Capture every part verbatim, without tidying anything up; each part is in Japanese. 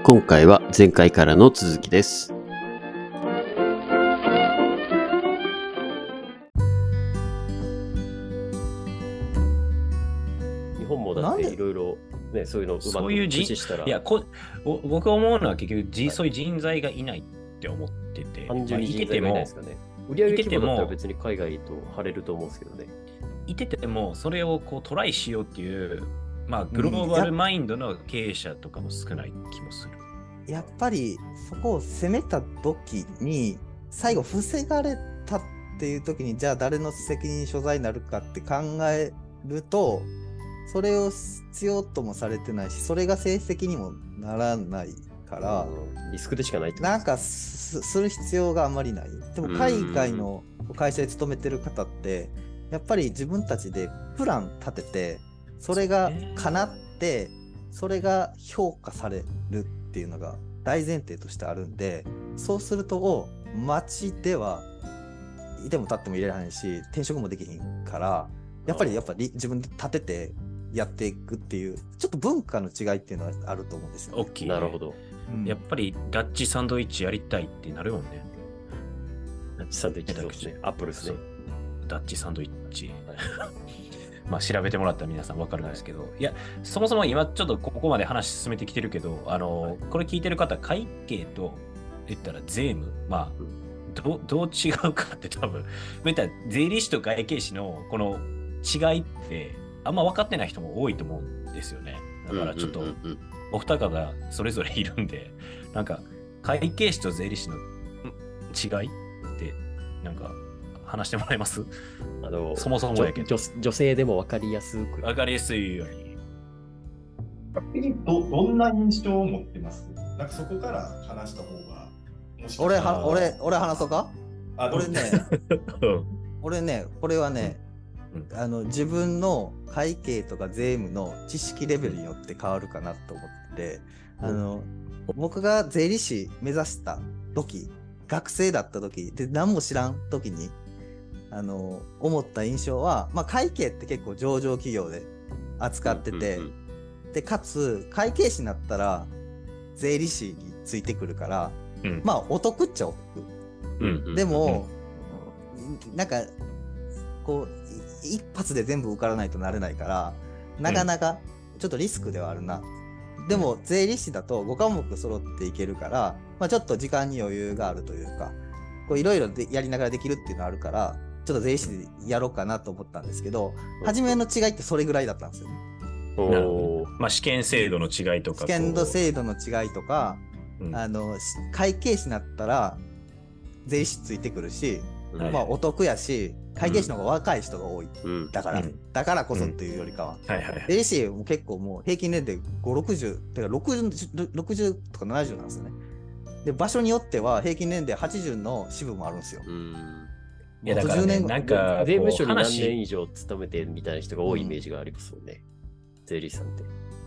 今回は前回からの続きです。日本もだっていろいろね、そういうのうまく駆使したら、 いやこ僕思うのは結局、はい、そういう人材がいないって思ってて、 単純に人材がいないですかね。売上規模だったら別に海外と張れると思うんですけどね。 いててもそれをこうトライしようっていう、まあ、グローバルマインドの経営者とかも少ない気もする。 やっぱりそこを攻めた時に最後防がれたっていう時に、じゃあ誰の責任所在になるかって考えると、それを必要ともされてないし、それが成績にもならないから、 うん、リスクでしかないってなんか す, する必要があんまりない。でも海外の会社で勤めてる方ってやっぱり自分たちでプラン立てて、それが叶ってそれが評価されるっていうのが大前提としてあるんで、そうすると街ではいても立っても入れられないし、転職もできひんから、やっぱりやっぱり自分で立ててやっていくっていう、ちょっと文化の違いっていうのはあると思うんですよ、ね。 大きい、 なるほど、 うん。やっぱりダッチサンドイッチやりたいってなるもんね。 ダッチサンドイッチですね。アップルですね。 ダッチサンドイッチ。まあ調べてもらったら皆さん分かるんですけど、はい、いやそもそも今ちょっとここまで話進めてきてるけど、あの、はい、これ聞いてる方、会計と言ったら税務、まあ、うん、ど, どう違うかって多分言ったら税理士と会計士のこの違いってあんま分かってない人も多いと思うんですよね。だからちょっとお二方それぞれいるんで、なんか会計士と税理士の違いってなんか話してもらえます？ あのそもそもやけど女, 女性でも分かりやすく分かりやすいように。 ど, どんな印象を持ってます？なんかそこから話した方がもしかしたら。 俺は俺俺話そうか？ あ俺ね俺ねこれはね、うん、あの自分の会計とか税務の知識レベルによって変わるかなと思って、うん、あの僕が税理士目指した時、学生だった時で何も知らん時にあの思った印象は、まあ、会計って結構上場企業で扱ってて、うんうんうん、でかつ会計士になったら税理士についてくるから、うん、まあお得っちゃお得、うんうんうん、でも、うん、なんかこう一発で全部受からないとなれないからなかなかちょっとリスクではあるな、うん、でも税理士だとご科目揃っていけるから、まあ、ちょっと時間に余裕があるというか、いろいろやりながらできるっていうのがあるから、ちょっと税理士でやろうかなと思ったんですけど、初めの違いってそれぐらいだったんですよね。 おまあ、試験制度の違いとか、 試験度制度の違いとか、うん、あの会計士になったら税理士ついてくるし、うん、まあお得やし、会計士の方が若い人が多い、うん、だから、うん、だからこそっていうよりかは、うんはいはい、税理士も結構もう平均年齢ごじゅう、ろくじゅう、てかろくじゅう、ろくじゅうとかななじゅうなんですよね。で場所によっては平均年齢はちじゅうの支部もあるんですよ。うんいやだから、ね、なんか税務署に何年以上勤めてみたいな人が多いイメージがありますもんね、うん、税理士さんって。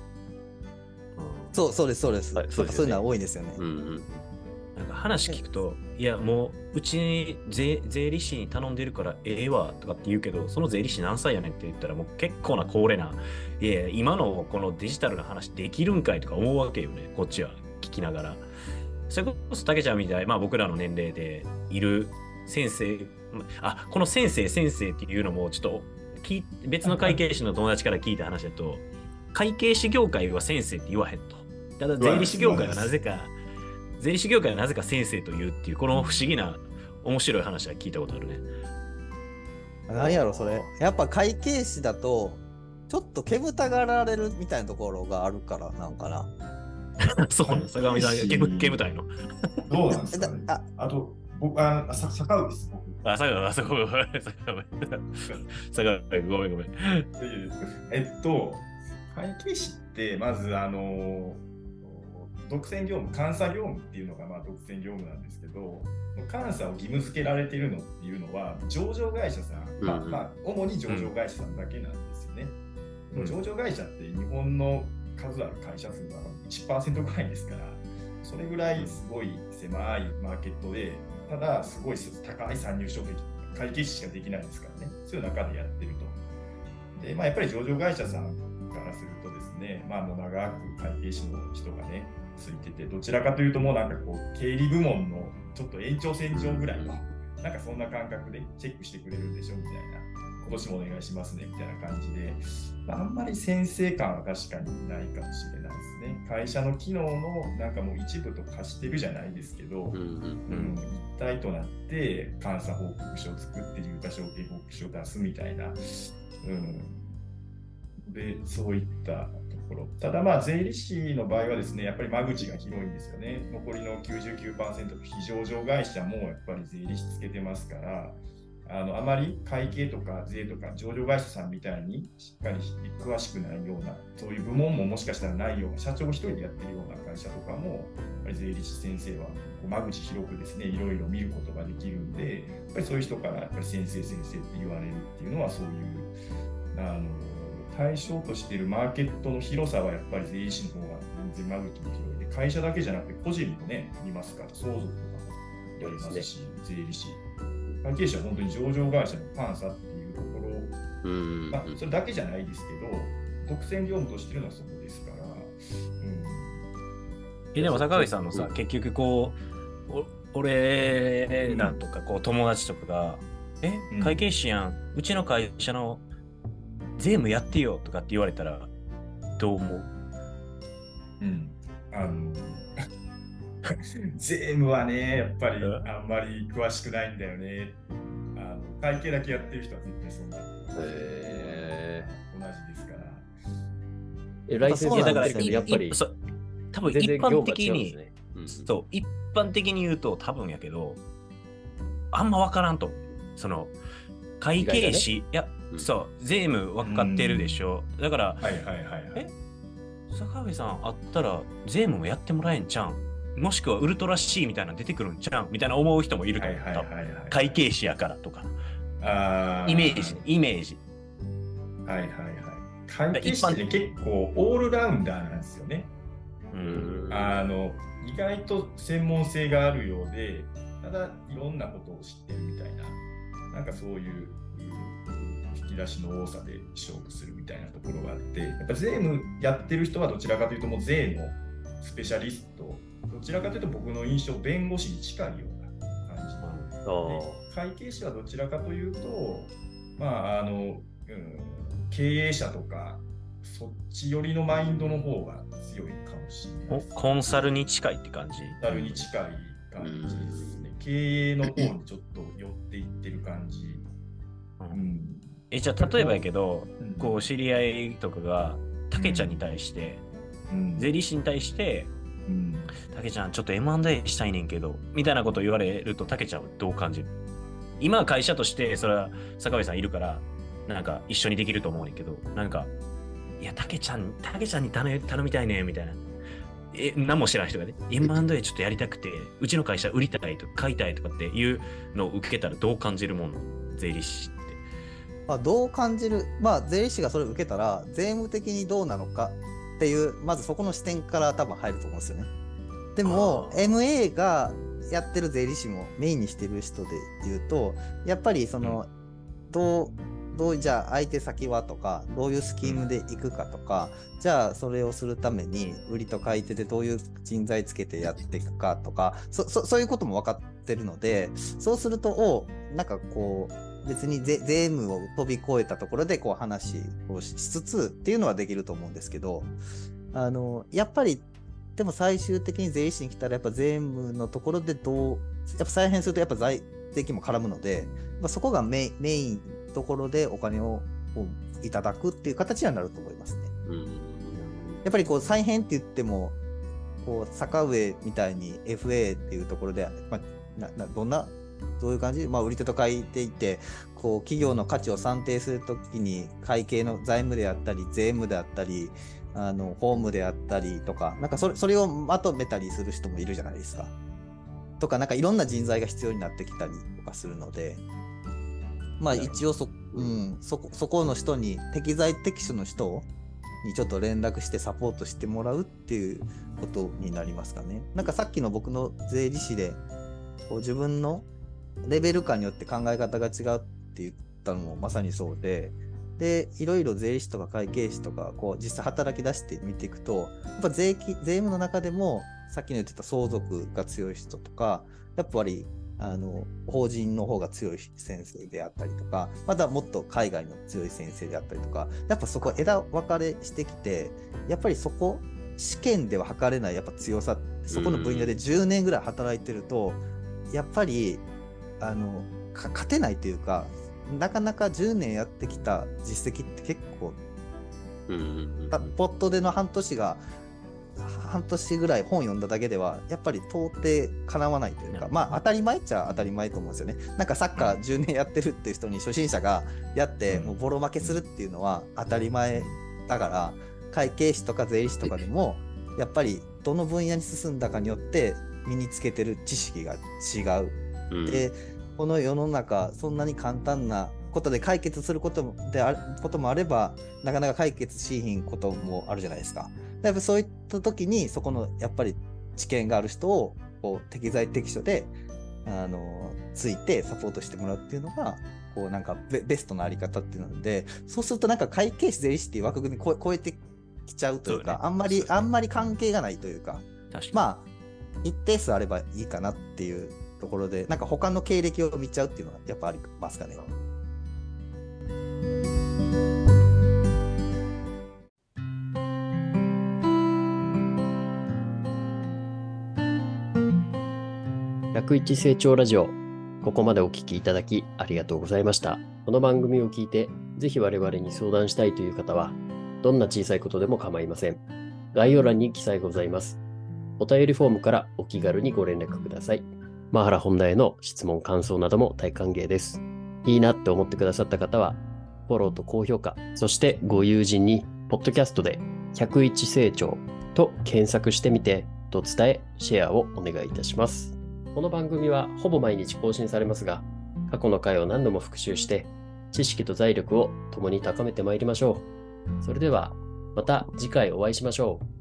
そうそうですそうです、はい、そうですよね、そういうのは多いんですよね。うんうん、 なんか話聞くと、いやもううちに 税, 税理士に頼んでるからええわとかって言うけど、その税理士何歳やねんって言ったらもう結構な高齢な、いや今のこのデジタルな話できるんかいとか思うわけよね、こっちは聞きながら。それこそ竹ちゃんみたい、まあ僕らの年齢でいる先生、あ、この先生先生っていうのもちょっと別の会計士の友達から聞いた話だと、会計士業界は先生って言わへんと。ただ税理士業界はなぜか、税理士業界はなぜか先生と言うっていう、この不思議な面白い話は聞いたことあるね。 何やろそれ。やっぱ会計士だとちょっと煙たがられるみたいなところがあるからなんかな。 そうね、坂上さんが煙たいの。 どうなんですかね。あ, あと僕あ坂上です。 あ、坂上、坂上、坂上、坂上、ごめんごめん。 えっと、会計士ってまずあの独占業務、監査業務っていうのがまあ独占業務なんですけど、監査を義務付けられているのっていうのは上場会社さん、うんまあまあ、主に上場会社さんだけなんですよね。うん、上場会社って日本の数ある会社数はいちパーセント ぐらいですから、それぐらいすごい狭いマーケットで、ただすごい高い参入障壁、会計士しかできないですからね、そういう中でやってると。で、まあ、やっぱり上場会社さんからするとですね、まあ、もう長く会計士の人がね、 ついてて、どちらかというともうなんかこう経理部門のちょっと延長線上ぐらいの、なんかそんな感覚でチェックしてくれるんでしょみたいな、今年もお願いしますねみたいな感じで、まあ、あんまり先生感は確かにないかもしれないですね。会社の機能のなんかもう一部と化してるじゃないですけど、うんうんうん、一体となって監査報告書を作って有価証券報告書を出すみたいな、うん、でそういったところ。ただまあ税理士の場合はですね、やっぱり間口が広いんですよね。残りの きゅうじゅうきゅうパーセント の非上場会社もやっぱり税理士つけてますから、あのあまり会計とか税とか上場会社さんみたいにしっかり詳しくないような、そういう部門ももしかしたらないような、社長一人でやってるような会社とかも、やっぱり税理士先生はこう間口広くですね、いろいろ見ることができるんで、やっぱりそういう人からやっぱり先生先生って言われるっていうのは、そういうあの対象としているマーケットの広さはやっぱり税理士の方が全然間口も広いで、会社だけじゃなくて個人もね、見ますから、相続とかもやりますし、税理士。会計士は本当に上場会社の監査っていうところ、うんまあ、それだけじゃないですけど、独占業務としてるのはそこですから。うん、 えでも坂上さんのさ、うん、結局こう、俺らとかこう友達とかが、うん、え、会計士やん、うちの会社の税務やってよとかって言われたら、どう思う？ うん、あの税務はね、やっぱりあんまり詳しくないんだよね。あの会計だけやってる人は絶対そんな、えー、同じですから。 え、ライセンスだからやっぱり多分一般的に、ねうん、そう一般的に言うと多分やけど、あんま分からんと。その会計士、ね、いや、うん、そう税務分かってるでしょ。だから、 はいはいはいはい、 え坂上さんあったら税務もやってもらえんちゃうん。もしくはウルトラ C みたいなの出てくるんちゃうみたいな思う人もいると思う。会計士やからとか。 あイメージ、イメージ。 はいはいはい。会計士って、ね、結構オールラウンダーなんですよね。 うんあの意外と専門性があるようで、ただいろんなことを知ってるみたいな、なんかそういう引き出しの多さで勝負するみたいなところがあって、やっぱ税務やってる人はどちらかというともう税のスペシャリスト、どちらかというと僕の印象弁護士に近いような感じで、会計士はどちらかというと、まああのうん、経営者とかそっち寄りのマインドの方が強いかもしれないです。 コンサルに近いって感じ？ コンサルに近い感じですね。経営の方にちょっと寄っていってる感じ。 うんうん、えじゃあ例えばやけど、うん、こう知り合いとかがたけちゃんに対して、うん、税理士に対してうん、たけちゃんちょっと エムアンドエー したいねんけどみたいなことを言われると、たけちゃんはどう感じる？今は会社としてそれは坂上さんいるからなんか一緒にできると思うねんけど、なんかいやたけちゃんたけちゃんに頼頼みたいねみたいな、え何も知らない人がね エムアンドエー ちょっとやりたくてうちの会社売りたいとか買いたいとかっていうのを受けたらどう感じるもん？税理士って、 まあ、どう感じる、まあ税理士がそれを受けたら税務的にどうなのかっていう、まずそこの視点から多分入ると思うんですよね。でも エムエー がやってる税理士もメインにしてる人で言うと、やっぱりその、うん、どうどうじゃあ相手先はとか、どういうスキームで行くかとか、じゃあそれをするために売りと買い手でどういう人材つけてやっていくかとか、そそそういうことも分かってるので、そうするとおなんかこう別に 税, 税務を飛び越えたところでこう話をしつつっていうのはできると思うんですけど、あのやっぱりでも最終的に税理士に来たらやっぱ税務のところでどうやっぱ再編するとやっぱ財税金も絡むので、まあ、そこがメメインところでお金をいただくっていう形にはなると思いますね。うん、やっぱりこう再編って言ってもこう坂上みたいに エフエー っていうところで、まあ、ななどんなどういう感じ、まあ、売り手と買い手いてこう企業の価値を算定するときに会計の財務であったり税務であったりあの法務であったりとか、なんかそれ、それをまとめたりする人もいるじゃないですか。とかなんかいろんな人材が必要になってきたりとかするので、まあ一応そ、うん、そこ、そこの人に適材適所の人にちょっと連絡してサポートしてもらうっていうことになりますかね。なんかさっきの僕の税理士でこう自分のレベル感によって考え方が違うって言ったのもまさにそうで、 で、いろいろ税理士とか会計士とか、こう、実際働き出して見ていくと、やっぱ税金、税務の中でも、さっきの言ってた相続が強い人とか、やっぱり、あの、法人の方が強い先生であったりとか、またもっと海外の強い先生であったりとか、やっぱそこ枝分かれしてきて、やっぱりそこ、試験では測れないやっぱ強さ、そこの分野でじゅうねんぐらい働いてると、やっぱり、あの、勝てないというか、なかなかじゅうねんやってきた実績って結構、ポットでの半年が、半年ぐらい本読んだだけではやっぱり到底かなわないというか、まあ当たり前っちゃ当たり前と思うんですよね。なんかサッカーじゅうねんやってるっていう人に初心者がやってもうボロ負けするっていうのは当たり前だから、会計士とか税理士とかでもやっぱりどの分野に進んだかによって身につけてる知識が違う、うん、でこの世の中そんなに簡単なことで解決することであることもあれば、なかなか解決しひんこともあるじゃないですか。やっぱそういった時にそこのやっぱり知見がある人をこう適材適所であのついてサポートしてもらうっていうのがこうなんか ベ, ベストなあり方っていうので、そうするとなんか会計士税理士っていう枠組みを超えてきちゃうというか、ね、あんまりあんまり関係がないというか、まあ一定数あればいいかなっていうところで、なんか他の経歴を見ちゃうっていうのはやっぱありますかね。 ひゃくいち成長ラジオ、ここまでお聞きいただきありがとうございました。この番組を聞いてぜひ我々に相談したいという方は、どんな小さいことでも構いません。概要欄に記載ございます。お便りフォームからお気軽にご連絡ください。マハラ本題への質問感想なども大歓迎です。いいなって思ってくださった方はフォローと高評価、そしてご友人にポッドキャストでひゃくいち成長と検索してみてと伝え、シェアをお願いいたします。この番組はほぼ毎日更新されますが、過去の回を何度も復習して知識と財力を共に高めてまいりましょう。それではまた次回お会いしましょう。